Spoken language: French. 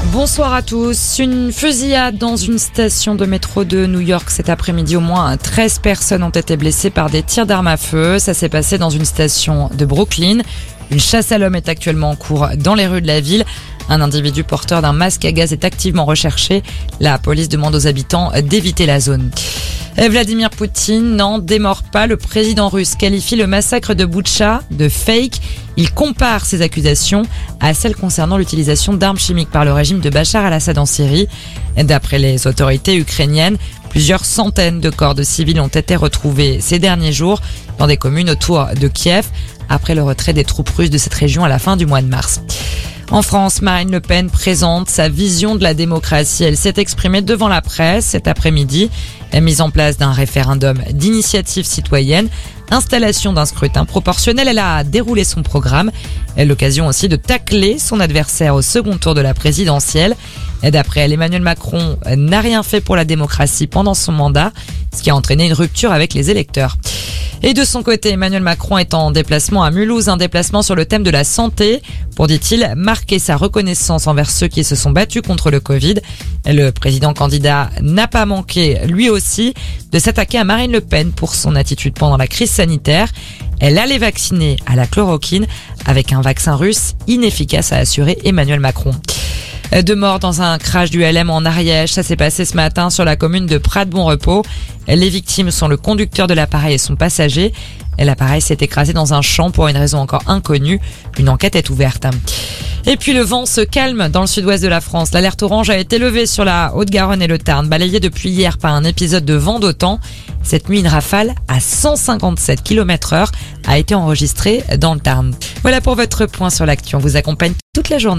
Bonsoir à tous. Une fusillade dans une station de métro de New York cet après-midi. Au moins 13 personnes ont été blessées par des tirs d'armes à feu. Ça s'est passé dans une station de Brooklyn. Une chasse à l'homme est actuellement en cours dans les rues de la ville. Un individu porteur d'un masque à gaz est activement recherché. La police demande aux habitants d'éviter la zone. Vladimir Poutine n'en démord pas. Le président russe qualifie le massacre de Boutcha de fake. Il compare ces accusations à celles concernant l'utilisation d'armes chimiques par le régime de Bachar al-Assad en Syrie. D'après les autorités ukrainiennes, plusieurs centaines de corps de civils ont été retrouvés ces derniers jours dans des communes autour de Kiev après le retrait des troupes russes de cette région à la fin du mois de mars. En France, Marine Le Pen présente sa vision de la démocratie. Elle s'est exprimée devant la presse cet après-midi. La mise en place d'un référendum d'initiative citoyenne, installation d'un scrutin proportionnel. Elle a déroulé son programme. L'occasion aussi de tacler son adversaire au second tour de la présidentielle. D'après elle, Emmanuel Macron n'a rien fait pour la démocratie pendant son mandat, ce qui a entraîné une rupture avec les électeurs. Et de son côté, Emmanuel Macron est en déplacement à Mulhouse, un déplacement sur le thème de la santé pour, dit-il, marquer sa reconnaissance envers ceux qui se sont battus contre le Covid. Le président candidat n'a pas manqué, lui aussi, de s'attaquer à Marine Le Pen pour son attitude pendant la crise sanitaire. Elle allait vacciner à la chloroquine avec un vaccin russe inefficace, a assuré Emmanuel Macron. 2 morts dans un crash du LM en Ariège. Ça s'est passé ce matin sur la commune de Prat-Bon-Repos. Les victimes sont le conducteur de l'appareil et son passager. L'appareil s'est écrasé dans un champ pour une raison encore inconnue. Une enquête est ouverte. Et puis le vent se calme dans le sud-ouest de la France. L'alerte orange a été levée sur la Haute-Garonne et le Tarn, balayée depuis hier par un épisode de vent d'OTAN. Cette nuit, une rafale à 157 km/h a été enregistrée dans le Tarn. Voilà pour votre point sur l'actu. On vous accompagne toute la journée.